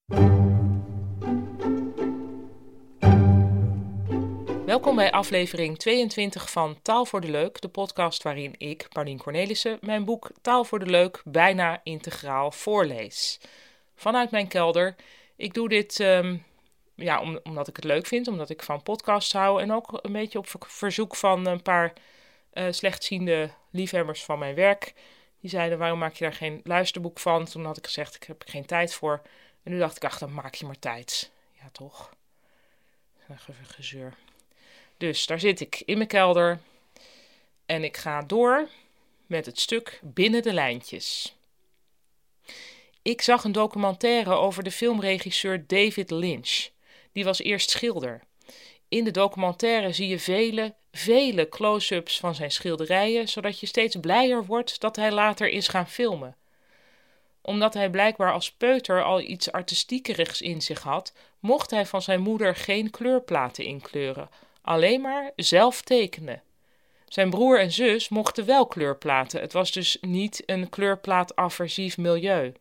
Welkom bij aflevering 22 van Taal voor de Leuk, de podcast waarin ik, Paulien Cornelissen, mijn boek Taal voor de Leuk bijna integraal voorlees. Vanuit mijn kelder. Ik doe dit omdat ik het leuk vind, omdat ik van podcasts hou en ook een beetje op verzoek van een paar slechtziende liefhebbers van mijn werk. Die zeiden, waarom maak je daar geen luisterboek van? Toen had ik gezegd, ik heb er geen tijd voor. En nu dacht ik, dan maak je maar tijd. Ja, toch? Gezeur. Dus daar zit ik in mijn kelder en ik ga door met het stuk Binnen de Lijntjes. Ik zag een documentaire over de filmregisseur David Lynch. Die was eerst schilder. In de documentaire zie je vele close-ups van zijn schilderijen, zodat je steeds blijer wordt dat hij later is gaan filmen. Omdat hij blijkbaar als peuter al iets artistiekerigs in zich had, mocht hij van zijn moeder geen kleurplaten inkleuren. Alleen maar zelf tekenen. Zijn broer en zus mochten wel kleurplaten. Het was dus niet een kleurplaat-aversief milieu.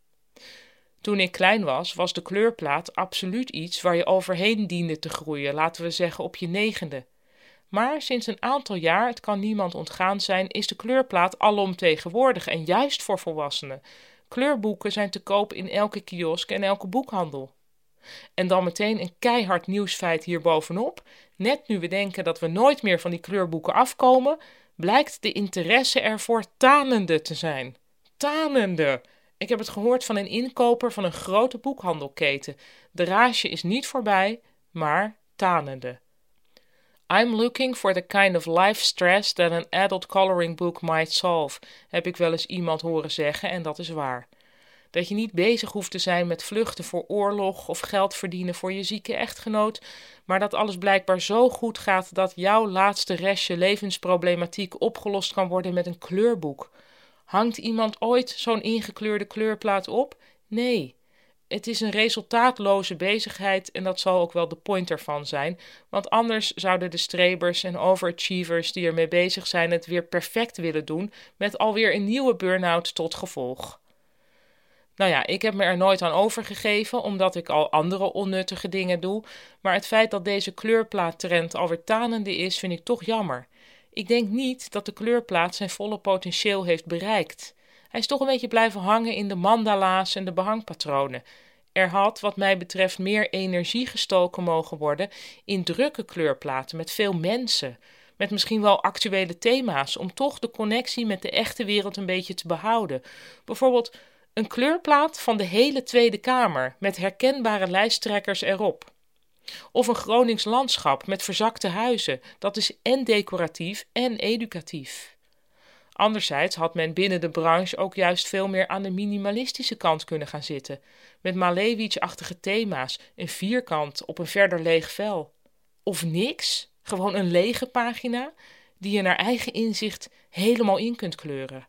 Toen ik klein was, was de kleurplaat absoluut iets waar je overheen diende te groeien, laten we zeggen op je 9e. Maar sinds een aantal jaar, het kan niemand ontgaan zijn, is de kleurplaat alomtegenwoordig en juist voor volwassenen. Kleurboeken zijn te koop in elke kiosk en elke boekhandel. En dan meteen een keihard nieuwsfeit hierbovenop. Net nu we denken dat we nooit meer van die kleurboeken afkomen, blijkt de interesse ervoor tanende te zijn. Tanende! Ik heb het gehoord van een inkoper van een grote boekhandelketen. De rage is niet voorbij, maar tanende. I'm looking for the kind of life stress that an adult coloring book might solve, heb ik wel eens iemand horen zeggen en dat is waar. Dat je niet bezig hoeft te zijn met vluchten voor oorlog of geld verdienen voor je zieke echtgenoot, maar dat alles blijkbaar zo goed gaat dat jouw laatste restje levensproblematiek opgelost kan worden met een kleurboek. Hangt iemand ooit zo'n ingekleurde kleurplaat op? Nee. Het is een resultaatloze bezigheid en dat zal ook wel de point ervan zijn, want anders zouden de strebers en overachievers die ermee bezig zijn het weer perfect willen doen, met alweer een nieuwe burn-out tot gevolg. Nou ja, ik heb me er nooit aan overgegeven, omdat ik al andere onnuttige dingen doe, maar het feit dat deze kleurplaattrend alweer tanende is, vind ik toch jammer. Ik denk niet dat de kleurplaat zijn volle potentieel heeft bereikt. Hij is toch een beetje blijven hangen in de mandala's en de behangpatronen. Er had, wat mij betreft, meer energie gestoken mogen worden in drukke kleurplaten met veel mensen, met misschien wel actuele thema's, om toch de connectie met de echte wereld een beetje te behouden. Bijvoorbeeld een kleurplaat van de hele Tweede Kamer met herkenbare lijsttrekkers erop. Of een Gronings landschap met verzakte huizen, dat is en decoratief en educatief. Anderzijds had men binnen de branche ook juist veel meer aan de minimalistische kant kunnen gaan zitten, met Malevich-achtige thema's, een vierkant op een verder leeg vel. Of niks, gewoon een lege pagina, die je naar eigen inzicht helemaal in kunt kleuren.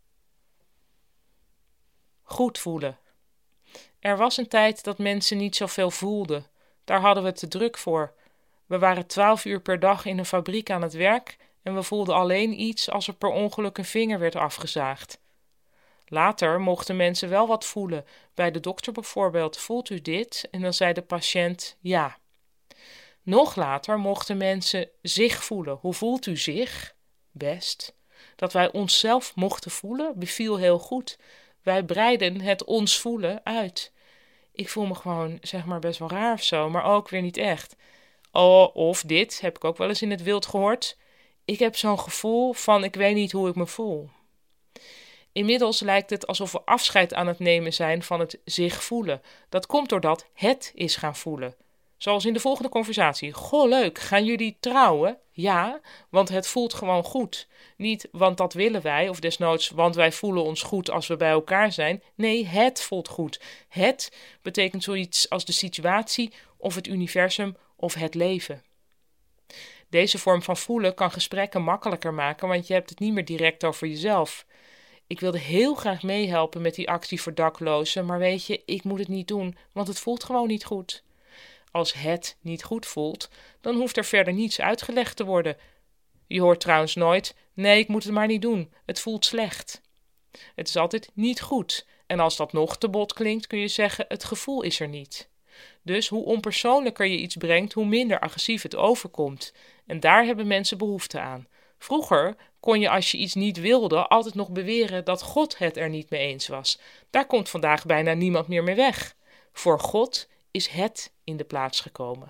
Goed voelen. Er was een tijd dat mensen niet zoveel voelden. Daar hadden we te druk voor. We waren 12 uur per dag in een fabriek aan het werk en we voelden alleen iets als er per ongeluk een vinger werd afgezaagd. Later mochten mensen wel wat voelen. Bij de dokter bijvoorbeeld, voelt u dit? En dan zei de patiënt ja. Nog later mochten mensen zich voelen. Hoe voelt u zich? Best. Dat wij onszelf mochten voelen beviel heel goed. Wij breiden het ons voelen uit. Ik voel me gewoon, best wel raar of zo, maar ook weer niet echt. Oh, of dit, heb ik ook wel eens in het wild gehoord. Ik heb zo'n gevoel van ik weet niet hoe ik me voel. Inmiddels lijkt het alsof we afscheid aan het nemen zijn van het zich voelen. Dat komt doordat het is gaan voelen. Zoals in de volgende conversatie. Goh, leuk, gaan jullie trouwen? Ja, want het voelt gewoon goed. Niet, want dat willen wij, of desnoods, want wij voelen ons goed als we bij elkaar zijn. Nee, het voelt goed. Het betekent zoiets als de situatie, of het universum, of het leven. Deze vorm van voelen kan gesprekken makkelijker maken, want je hebt het niet meer direct over jezelf. Ik wilde heel graag meehelpen met die actie voor daklozen, maar weet je, ik moet het niet doen, want het voelt gewoon niet goed. Als het niet goed voelt, dan hoeft er verder niets uitgelegd te worden. Je hoort trouwens nooit, nee, ik moet het maar niet doen, het voelt slecht. Het is altijd niet goed En als dat nog te bot klinkt, kun je zeggen, het gevoel is er niet. Dus hoe onpersoonlijker je iets brengt, hoe minder agressief het overkomt. En daar hebben mensen behoefte aan. Vroeger kon je als je iets niet wilde altijd nog beweren dat God het er niet mee eens was. Daar komt vandaag bijna niemand meer mee weg. Voor God is het in de plaats gekomen.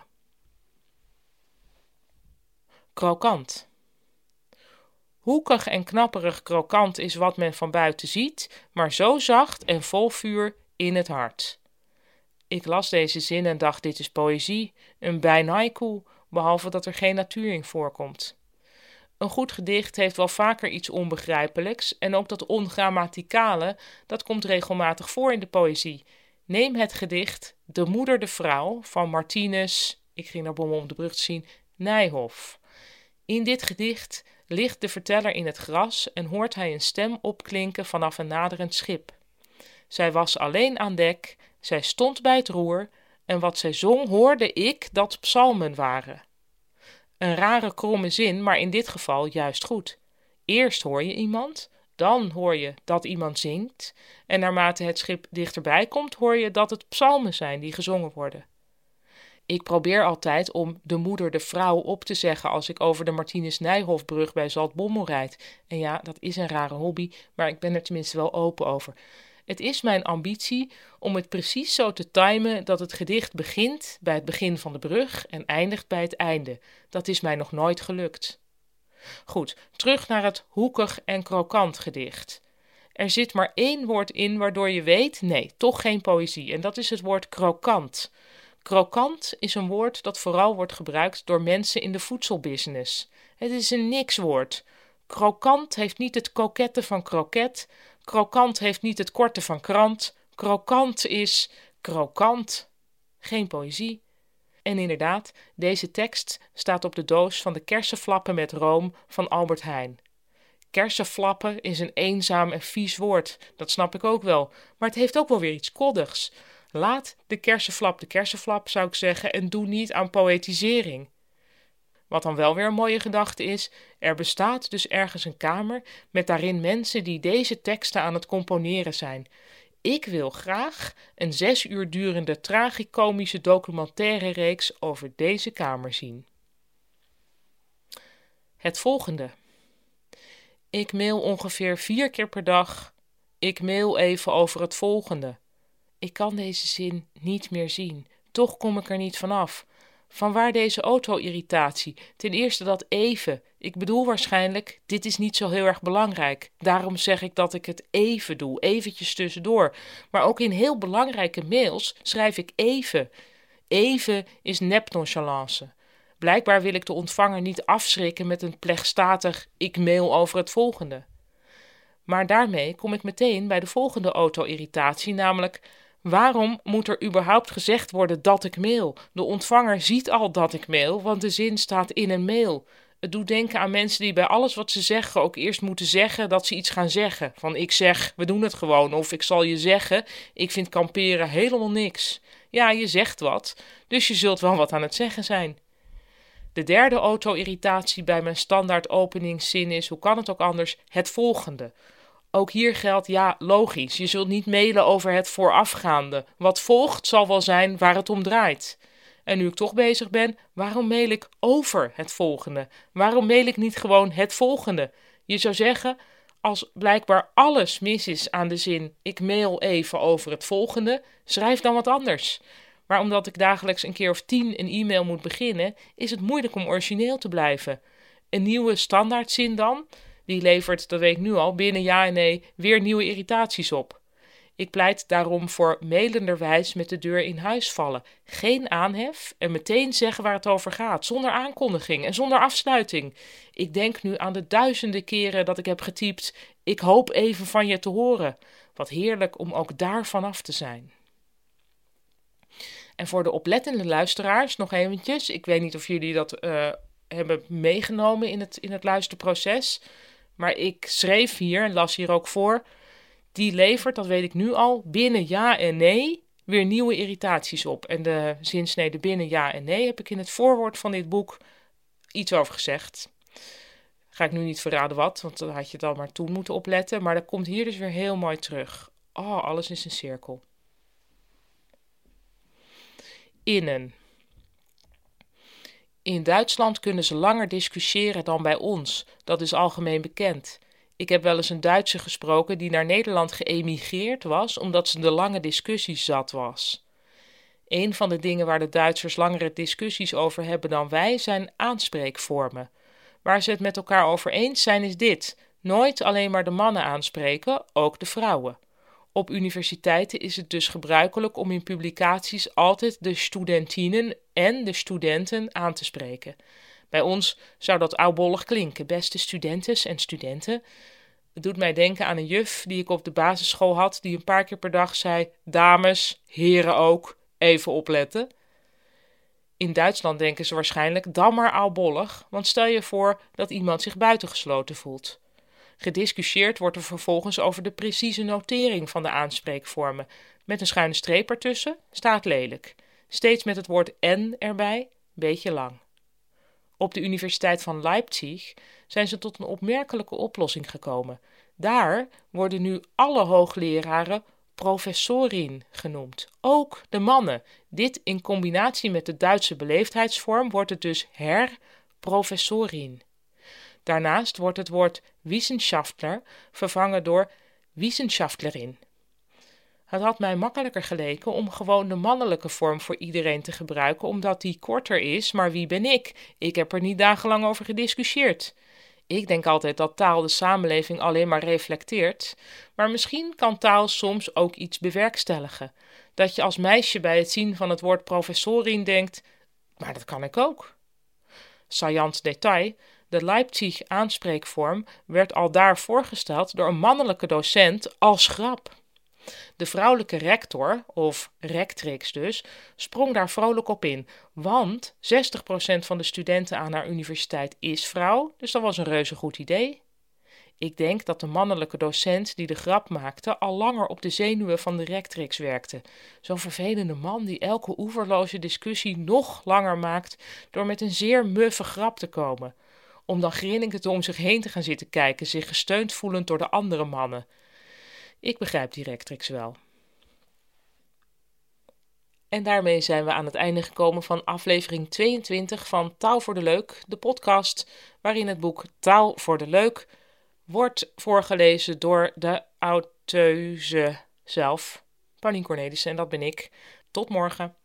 Krokant. Hoekig en knapperig krokant is wat men van buiten ziet, maar zo zacht en vol vuur in het hart. Ik las deze zin en dacht, dit is poëzie, een bijna-haiku, behalve dat er geen natuur in voorkomt. Een goed gedicht heeft wel vaker iets onbegrijpelijks en ook dat ongrammaticale, dat komt regelmatig voor in de poëzie. Neem het gedicht De Moeder de Vrouw van Martinus, ik ging naar Bommel om de brug te zien, Nijhoff. In dit gedicht ligt de verteller in het gras en hoort hij een stem opklinken vanaf een naderend schip. Zij was alleen aan dek, zij stond bij het roer en wat zij zong hoorde ik dat psalmen waren. Een rare kromme zin, maar in dit geval juist goed. Eerst hoor je iemand, dan hoor je dat iemand zingt en naarmate het schip dichterbij komt hoor je dat het psalmen zijn die gezongen worden. Ik probeer altijd om de moeder de vrouw op te zeggen als ik over de Martinus-Nijhoffbrug bij Zaltbommel rijd. En ja, dat is een rare hobby, maar ik ben er tenminste wel open over. Het is mijn ambitie om het precies zo te timen dat het gedicht begint bij het begin van de brug en eindigt bij het einde. Dat is mij nog nooit gelukt. Goed, terug naar het hoekig en krokant gedicht. Er zit maar één woord in waardoor je weet, nee, toch geen poëzie. En dat is het woord krokant. Krokant is een woord dat vooral wordt gebruikt door mensen in de voedselbusiness. Het is een nikswoord. Krokant heeft niet het kokette van kroket. Krokant heeft niet het korte van krant. Krokant is krokant. Geen poëzie. En inderdaad, deze tekst staat op de doos van de kersenflappen met room van Albert Heijn. Kersenflappen is een eenzaam en vies woord, dat snap ik ook wel, maar het heeft ook wel weer iets koddigs. Laat de kersenflap, zou ik zeggen, en doe niet aan poëtisering. Wat dan wel weer een mooie gedachte is, er bestaat dus ergens een kamer met daarin mensen die deze teksten aan het componeren zijn. Ik wil graag een 6 uur durende tragicomische documentaire reeks over deze kamer zien. Het volgende. Ik mail ongeveer 4 keer per dag. Ik mail even over het volgende. Ik kan deze zin niet meer zien. Toch kom ik er niet vanaf. Vanwaar deze auto-irritatie? Ten eerste dat even. Ik bedoel waarschijnlijk, dit is niet zo heel erg belangrijk. Daarom zeg ik dat ik het even doe, eventjes tussendoor. Maar ook in heel belangrijke mails schrijf ik even. Even is nepnonchalance. Blijkbaar wil ik de ontvanger niet afschrikken met een plechtstatig ik mail over het volgende. Maar daarmee kom ik meteen bij de volgende auto-irritatie, namelijk waarom moet er überhaupt gezegd worden dat ik mail? De ontvanger ziet al dat ik mail, want de zin staat in een mail. Het doet denken aan mensen die bij alles wat ze zeggen ook eerst moeten zeggen dat ze iets gaan zeggen. Van ik zeg, we doen het gewoon, of ik zal je zeggen, ik vind kamperen helemaal niks. Ja, je zegt wat, dus je zult wel wat aan het zeggen zijn. De derde auto-irritatie bij mijn standaard openingszin is, hoe kan het ook anders, het volgende. Ook hier geldt, ja, logisch, je zult niet mailen over het voorafgaande. Wat volgt zal wel zijn waar het om draait. En nu ik toch bezig ben, waarom mail ik over het volgende? Waarom mail ik niet gewoon het volgende? Je zou zeggen, als blijkbaar alles mis is aan de zin, ik mail even over het volgende, schrijf dan wat anders. Maar omdat ik dagelijks een keer of 10 een e-mail moet beginnen, is het moeilijk om origineel te blijven. Een nieuwe standaardzin dan, die levert, dat weet ik nu al, binnen ja en nee weer nieuwe irritaties op. Ik pleit daarom voor mailenderwijs met de deur in huis vallen. Geen aanhef en meteen zeggen waar het over gaat, zonder aankondiging en zonder afsluiting. Ik denk nu aan de duizenden keren dat ik heb getypt, ik hoop even van je te horen. Wat heerlijk om ook daarvan af te zijn. En voor de oplettende luisteraars nog eventjes, ik weet niet of jullie dat hebben meegenomen in het luisterproces, maar ik schreef hier en las hier ook voor, die levert, dat weet ik nu al, binnen ja en nee weer nieuwe irritaties op. En de zinsnede binnen ja en nee heb ik in het voorwoord van dit boek iets over gezegd. Ga ik nu niet verraden wat, want dan had je het al maar toen moeten opletten, maar dat komt hier dus weer heel mooi terug. Oh, alles is een cirkel. Innen. In Duitsland kunnen ze langer discussiëren dan bij ons. Dat is algemeen bekend. Ik heb wel eens een Duitser gesproken die naar Nederland geëmigreerd was omdat ze de lange discussies zat was. Een van de dingen waar de Duitsers langere discussies over hebben dan wij zijn aanspreekvormen. Waar ze het met elkaar over eens zijn is dit: nooit alleen maar de mannen aanspreken, ook de vrouwen. Op universiteiten is het dus gebruikelijk om in publicaties altijd de studentinnen en de studenten aan te spreken. Bij ons zou dat oudbollig klinken, beste studentes en studenten. Het doet mij denken aan een juf die ik op de basisschool had, die een paar keer per dag zei: dames, heren ook, even opletten. In Duitsland denken ze waarschijnlijk: dan maar oudbollig, want stel je voor dat iemand zich buitengesloten voelt. Gediscussieerd wordt er vervolgens over de precieze notering van de aanspreekvormen. Met een schuine streep ertussen staat lelijk. Steeds met het woord en erbij, beetje lang. Op de Universiteit van Leipzig zijn ze tot een opmerkelijke oplossing gekomen. Daar worden nu alle hoogleraren professorin genoemd. Ook de mannen. Dit in combinatie met de Duitse beleefdheidsvorm wordt het dus Herr Professorin. Daarnaast wordt het woord Wissenschaftler vervangen door Wissenschaftlerin. Het had mij makkelijker geleken om gewoon de mannelijke vorm voor iedereen te gebruiken, omdat die korter is, maar wie ben ik? Ik heb er niet dagenlang over gediscussieerd. Ik denk altijd dat taal de samenleving alleen maar reflecteert, maar misschien kan taal soms ook iets bewerkstelligen. Dat je als meisje bij het zien van het woord professorin denkt: maar dat kan ik ook. Saillant detail: de Leipzig aanspreekvorm werd al daar voorgesteld door een mannelijke docent als grap. De vrouwelijke rector, of rectrix dus, sprong daar vrolijk op in, want 60% van de studenten aan haar universiteit is vrouw, dus dat was een reuze goed idee. Ik denk dat de mannelijke docent die de grap maakte al langer op de zenuwen van de rectrix werkte. Zo'n vervelende man die elke oeverloze discussie nog langer maakt door met een zeer muffe grap te komen. Om dan grinnikend om zich heen te gaan zitten kijken, zich gesteund voelend door de andere mannen. Ik begrijp die rectrix wel. En daarmee zijn we aan het einde gekomen van aflevering 22 van Taal voor de Leuk, de podcast waarin het boek Taal voor de Leuk wordt voorgelezen door de auteuse zelf, Paulien Cornelissen, en dat ben ik. Tot morgen.